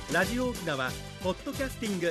ラジオ沖縄ポッドキャスティング。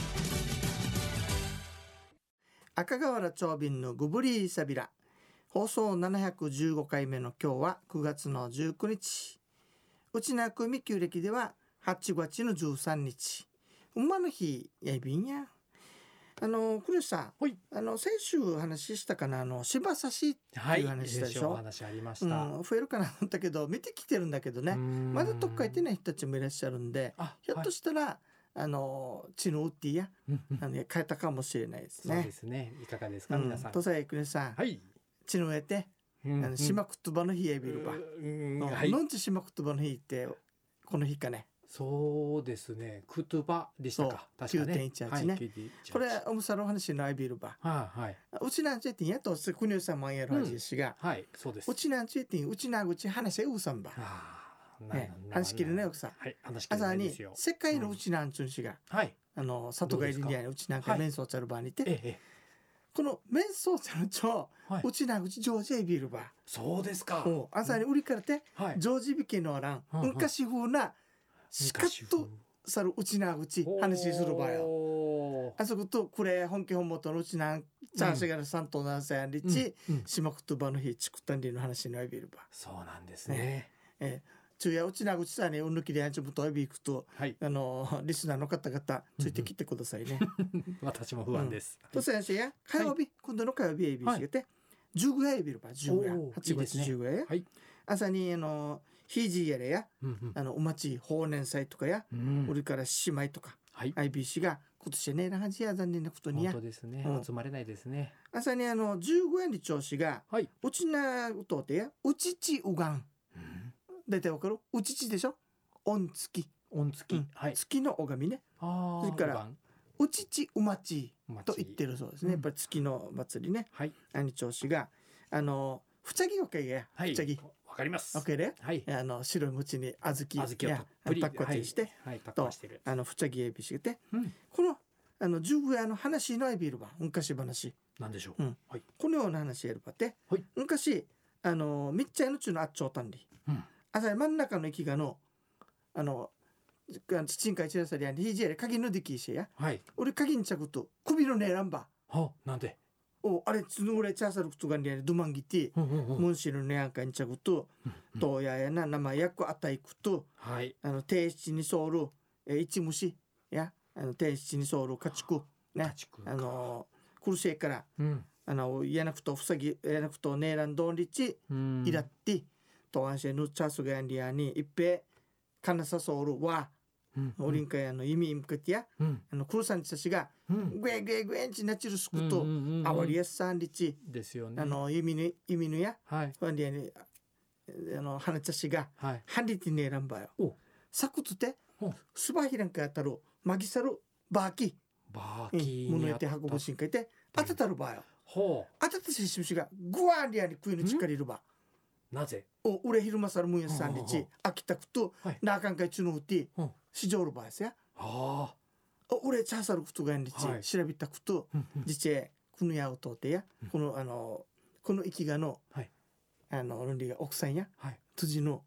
赤瓦長瓶のグブリーサビラ放送715回目の今日は9月の19日、うちなくみ旧暦では8月の13日馬の日やいびんや。クリスさん、 はい、 先週話したかな、芝刺しっていう話したでしょ。 お話ありました、 増えるかなと思ったけど見てきてるんだけどね、まだとっかいてない人たちもいらっしゃるんで、ひょっとしたら、血のウッディや変えたかもしれないですね。 そうですね。いかがですか、皆さん。 とさえクリスさん、血の植えて、島くとばの日やびるば、のんち島くとばの日ってこの日かね。 そうですね。クトゥバでしたか。確かね。 9.18 ね。これおむさの話のアイビルバ。うちなんちゅうてんやと国吉さんもやる話しが。 そうです。 うちなんちゅうてんうちなぐち話せうさんば。話しきるね奥さん。朝に世界のうちなんちゅうしが。里帰りにうちなんか面相ちゃるばにて。この面相ちゃるちょうちなぐちジョージエビルバ。 そうですか。 朝に売りからてジョージビケのあらん昔風なしかっとさるうちなうち話する場よ。あそことこれ本家本元のうちなんチャーシガルさんと何歳やんりち島くとばの日チクタンリの話のエビルバ。 そうなんですね。 中夜うちなうちさにうんぬきでやんちょぶとエビ行くとリスナーの方々ついてきてくださいね。 私も不安です。 とさやしや火曜日今度の火曜日エビしてて10ぐらいエビルバ10ぐらい8月10ぐらいや朝にひじやれや、お町法年祭とかや、俺から姉妹とか、IBC が今年ねな感じや残念なことにや。 本当ですね。集まれないですね。 朝に15円に調子が、うちなうとてや、うちちうがん。大体わかる？うちちでしょ？音月。月の拝みね。それからうちちうまちと言ってるそうですね。やっぱり月の祭りね。兄調子がふちゃぎおけや、ふちゃぎ。 わかります。 オッケーで、白い餅に小豆やパッコチしてとふちゃぎエビして、この十五夜の話のエビルバ昔話なんでしょう。 このような話やるばって昔みっちゃいのちゅうのあっちょうたんり朝真ん中の駅がのちちんかいちらさりやんひじやれ鍵のできいしや俺鍵にちゃくと首のねらんばなんであれつぬぐらいチャーサルクとかにやるドマンギティムンシルのやんかにちゃくととややな生やくあたいくと定七にそうる一虫や定七にそうる家畜ね苦しいからやなくとふさぎやなくとねえらんどんりちいらってとあんしぬチャースがやんりやにいっぺかなさそうるわおりんかやの意味向けてやクルさんちたちがグエグエグエンチナチルスクとあわりやすさんりちですよね。 意味のやファンディアに花ちゃしがハンリティネランバよサクツてスバヒランかやったるマギサルバーキ物やって運ぶしんかいてあたたるばよあたたしししがグワンリアに食いのちかりるばなぜ俺昼間さるむんやさんりち飽きたくとなあかんかいちのうてしじょうるばやすや俺チャーサルクとがんりち調べたくと実際このやうとてやこの生きがの論理が奥さんや辻の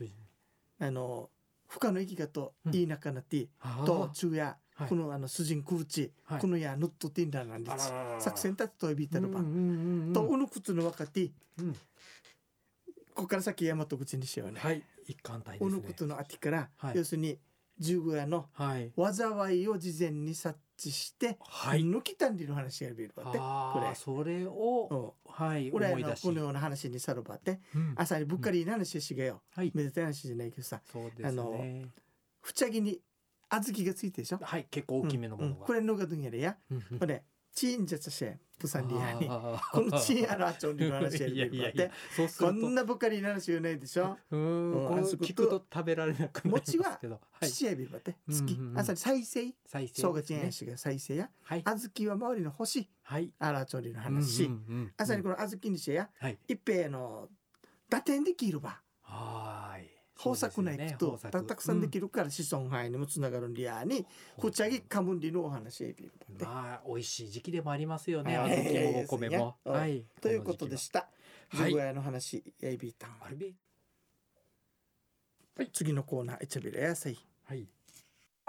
不可の生きがといいなかなってと中やこの主人公ちこのやぬっとてんだなんりち作戦立てといびたらばとおのくつの若手ここから先大和口にしようね。 一貫体ですね。 おのことのあてから、要するに十五夜の災いを事前に察知して、抜きたんりの話が見るばってこれそれを俺のこのような話にさるばって朝にぶっかりな話しがよめでたい話じゃないけどさふちゃぎに小豆がついてでしょ結構大きめのものがこれのがどんやれやこれチーンジャツシェプサンリアにこのチーンアラーチョンリの話やるばってこんなぶっかりな話言うないでしょ聞くと食べられなくなりますけど父やびるばって月朝に再生正月やしが再生や小豆は周りの星アラーチョンリの話朝にこの小豆にしや一平の打点できるば豊作な行くとたくさんできるから子孫繁栄にもつながるんりやにふちゃぎかむんりのお話やびるば美味しい時期でもありますよね小豆もお米もということでした十五夜の話やびたん次のコーナーエチャビラやさい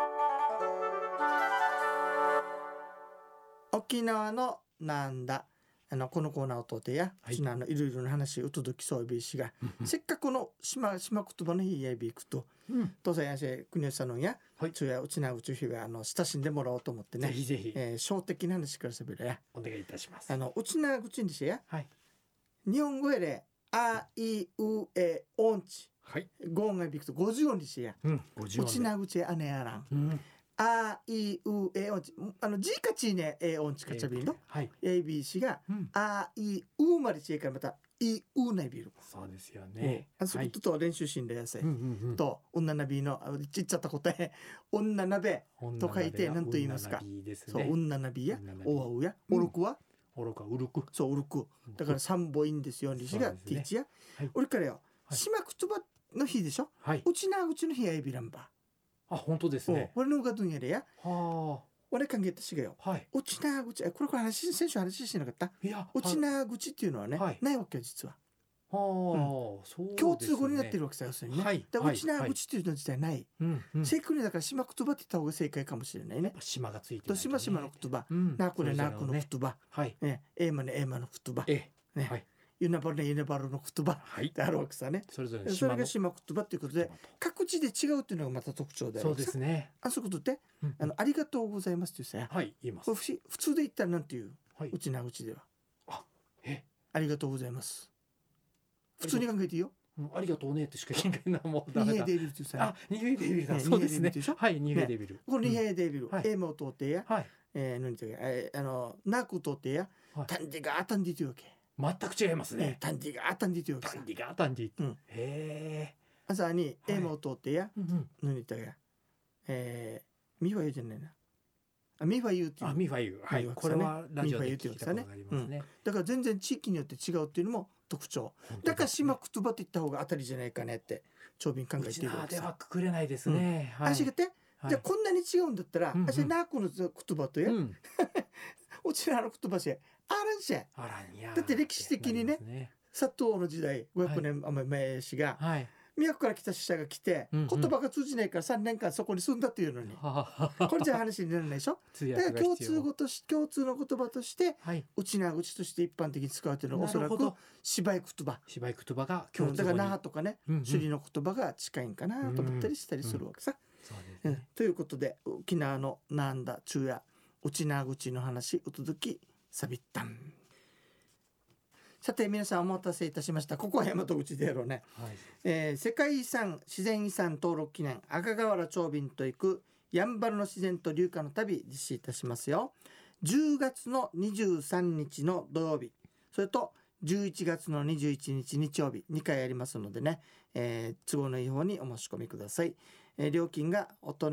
沖縄のなんだこのコーナーを通ってや、 はい、 いろいろな話を届きそうびしが、せっかくの島言葉の日やびくと、当然やし国吉さんのや、ちゅやうちなうちゅひが親しんでもらおうと思ってね、 ぜひぜひ、 小的な話からしゃべるや、 お願いいたします。 うちなうちんでしや、 はい、 日本語やであいうえおんち、 はい、 ゴンがびくと50音にしや、 50音うちなうちあねやらん、あいうえおんちじかちねえおんちかちゃびるの、ABC が、あいうまでちえからまたいうないびる。 そうですよね。 そういうことと練習しんだやさい、と女ナビのちっちゃった答え女鍋と書いて何と言いますか。そう女ナビやおわうやおろくはおろくはうるく、 そううるくだから3本いいんですよ。西がティーチや、俺からよ島言葉の日でしょ、うちなうちの日やえびらんば。 あ、本当ですね。 俺のがどんやれや。俺考えたしがよ。うちなぐち、これ先週話してなかった。うちなぐちっていうのはね、ないわけよ実は。共通語になってるわけさ、要するにね。うちなぐちっていうの自体ない。正確にだから島言葉って言った方が正解かもしれないね。 島がついてる。 島の言葉、なくねなくの言葉、えまねえまの言葉。ユナバルねユナバルの言葉ってあるわけさね。それが島言葉ということで各地で違うっていうのがまた特徴である。 そうですね。 そういうことでありがとうございますっていうさ、 言います。 普通で言ったらなんていう、うちなうちではありがとうございます。普通に考えていいよ。 ありがとうねってしか言えないな。もうダメだ。 ニヘデビルっていうさ、 ニヘデビルだ。そうですね。ニヘデビル。 このニヘデビル、エモを通ってや、何ていうかナク通ってや、タンディがあたんでというわけ。 全く違いますね。 タンディがあたんでというわけ。 タンディがあたんで。へえ。 朝にエモを通ってや、何ていうかミファユじゃないな。ミファユっていう。 ミファユ。これはラジオで聞いたことがありますね。 だから全然地域によって違うっていうのも特徴。だから島言葉って言った方が当たりじゃないかねって長瓶考えているわけさ。 ではくくれないですね。 足がってじゃあこんなに違うんだったら私なこの言葉とやうちらの言葉しあらんしゃ。だって歴史的にね佐藤の時代500年前しが都から来た死者が来て言葉が通じないから3年間そこに住んだっていうのにこれじゃ話にならないでしょ。だから共通の言葉としてうちなうちとして一般的に使われているのはおそらく芝居言葉が共通語にだから那覇とかね首里の言葉が近いんかなと思ったりしたりするわけさ。ということで沖縄のなんだ昼夜うちなぐちの話お届きさびったん。さて皆さんお待たせいたしました。ここは大和口でやろうね、世界遺産自然遺産登録記念赤瓦長瓶と行くやんばるの自然と流化の旅実施いたしますよ。10月の23日の土曜日それと11月の21日日曜日2回やりますのでね、都合のいい方にお申し込みください。料金が大人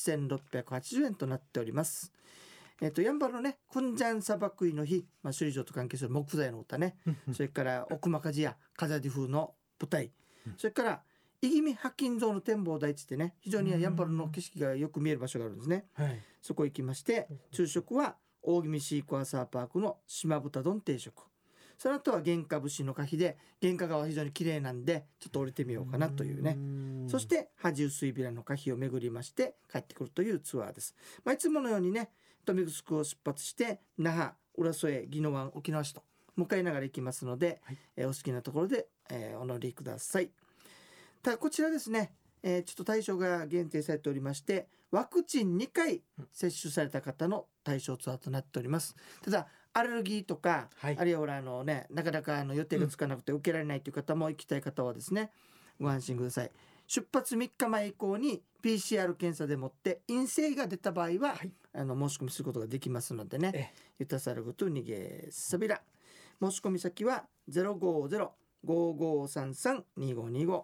8680円となっております。やんばるのねクンジャン砂漠医の日、首里城と関係する木材の歌ねそれから奥間鍛冶屋風ディ風の舞台、それからいぎみ白金像の展望台地ってね非常にやんばるの景色がよく見える場所があるんですね、そこ行きまして昼食は大宜味シークワーサーパークの島豚丼定食、その後は原価節の可否で原価川は非常に綺麗なんでちょっと降りてみようかなというね、そして恥薄いビラの可否を巡りまして帰ってくるというツアーです。いつものようにね豊見城を出発して那覇浦添宜野湾沖縄市と向かいながら行きますので、お好きなところで、お乗りください。ただこちらですね、ちょっと対象が限定されておりましてワクチン2回接種された方の対象ツアーとなっております。ただアレルギーとか、あるいはなかなか予定がつかなくて受けられないという方も行きたい方はですねご安心ください。出発3日前以降に PCR 検査でもって陰性が出た場合は、申し込みすることができますのでね、ゆたさることにげさびら申し込み先は 050-5533-2525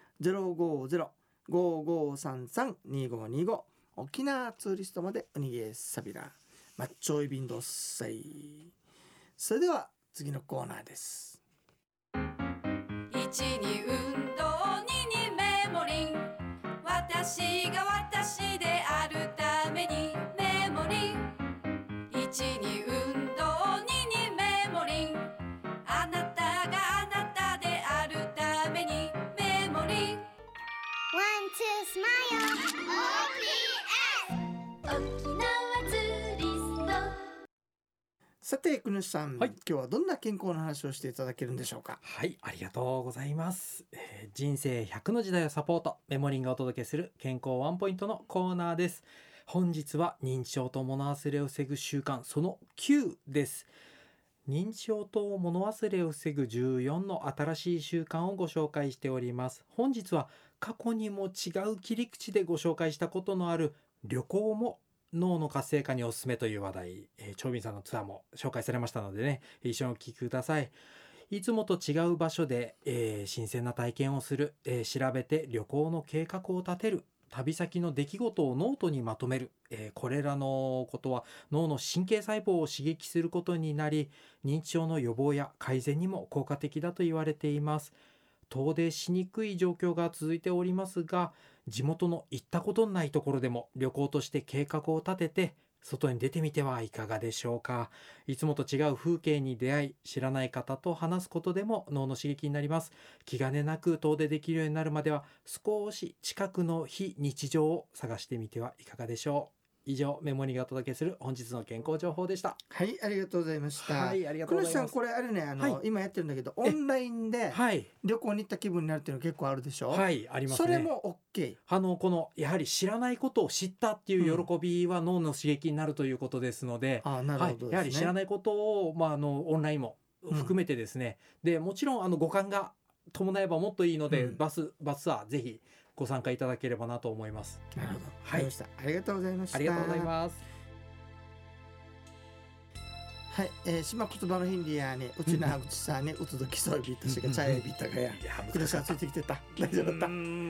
050-5533-2525 沖縄ツーリストまでおにげさびらマッチョイビンドッサイ。それでは次のコーナーです。 1に運動2にメモリン私が私であるためにメモリン1に運動2にメモリンあなたがあなたであるためにメモリン One, two, smile OPS 沖縄ツーリストさて国吉さん、 はい、 今日はどんな健康の話をしていただけるんでしょうか。 はい、ありがとうございます。人生100の時代をサポート、メモリンがお届けする健康ワンポイントのコーナーです。本日は認知症と物忘れを防ぐ習慣その9です。認知症と物忘れを防ぐ14の新しい習慣をご紹介しております。本日は過去にも違う切り口でご紹介したことのある旅行も脳の活性化におすすめという話題、長瓶さんのツアーも紹介されましたのでね、一緒にお聞きください。いつもと違う場所で、新鮮な体験をする、調べて旅行の計画を立てる、旅先の出来事をノートにまとめる、これらのことは脳の神経細胞を刺激することになり、認知症の予防や改善にも効果的だと言われています。遠出しにくい状況が続いておりますが、地元の行ったことのないところでも旅行として計画を立てて外に出てみてはいかがでしょうか。いつもと違う風景に出会い、知らない方と話すことでも脳の刺激になります。気兼ねなく遠出できるようになるまでは、少し近くの非日常を探してみてはいかがでしょう。以上、メモリーがお届けする本日の健康情報でした。 はい、ありがとうございました。 はい、ありがとうございます。 国吉さん、これあれね、 はい、 今やってるんだけど、オンラインで旅行に行った気分になるっていうの結構あるでしょ。 はい、ありますね。 それも OK。 このやはり知らないことを知ったっていう喜びは脳の刺激になるということですので、 なるほどですね。 やはり知らないことを、オンラインも含めてですね、でもちろん五感が伴えばもっといいので、バスツアーぜひご参加いただければなと思います。 なるほど、はい、ありがとうございました。 ありがとうございます。 はい、島言葉のヒンディアにうちのはぐちさんにうつどきそうびたしがちゃえびたがやくるしゃついてきてた。大丈夫だった。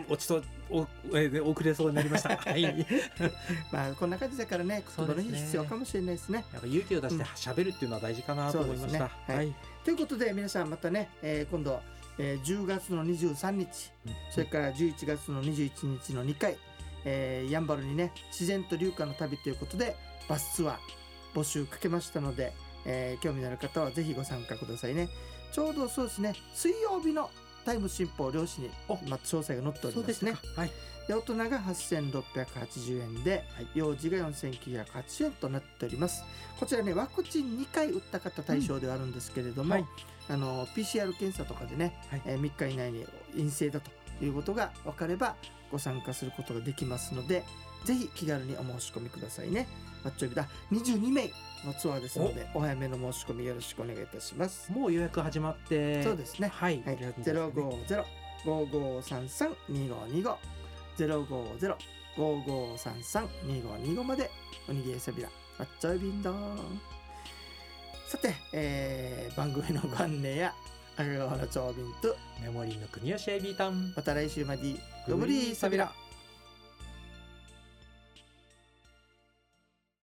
遅れそうになりました。はい。 こんな感じだからね、言葉の日必要かもしれないですね。 やっぱ勇気を出して喋るっていうのは大事かなと思いました。 はい。ということで皆さんまたね、今度10月の23日、それから11月の21日の2回、やんばるにね自然と流化の旅ということでバスツアー募集かけましたので、興味のある方はぜひご参加くださいね。ちょうどそうですね、水曜日のタイム新報漁師に詳細が載っておりますね。はい、で大人が8680円で、幼児が4980円となっております。こちらね、ワクチン2回打った方対象ではあるんですけれども、PCR 検査とかでね、3日以内に陰性だということが分かればご参加することができますので、ぜひ気軽にお申し込みくださいね。22名のツアーですので、お早めの申し込みよろしくお願いいたします。 もう予約始まって、 そうですね。はい、050-5533-2525 050-5533-2525までおにぎりさびらわっちょいびんどー。さて、番組のご案内や赤川の長瓶とメモリーの国吉エビタン、 また来週までごぶりーさびら。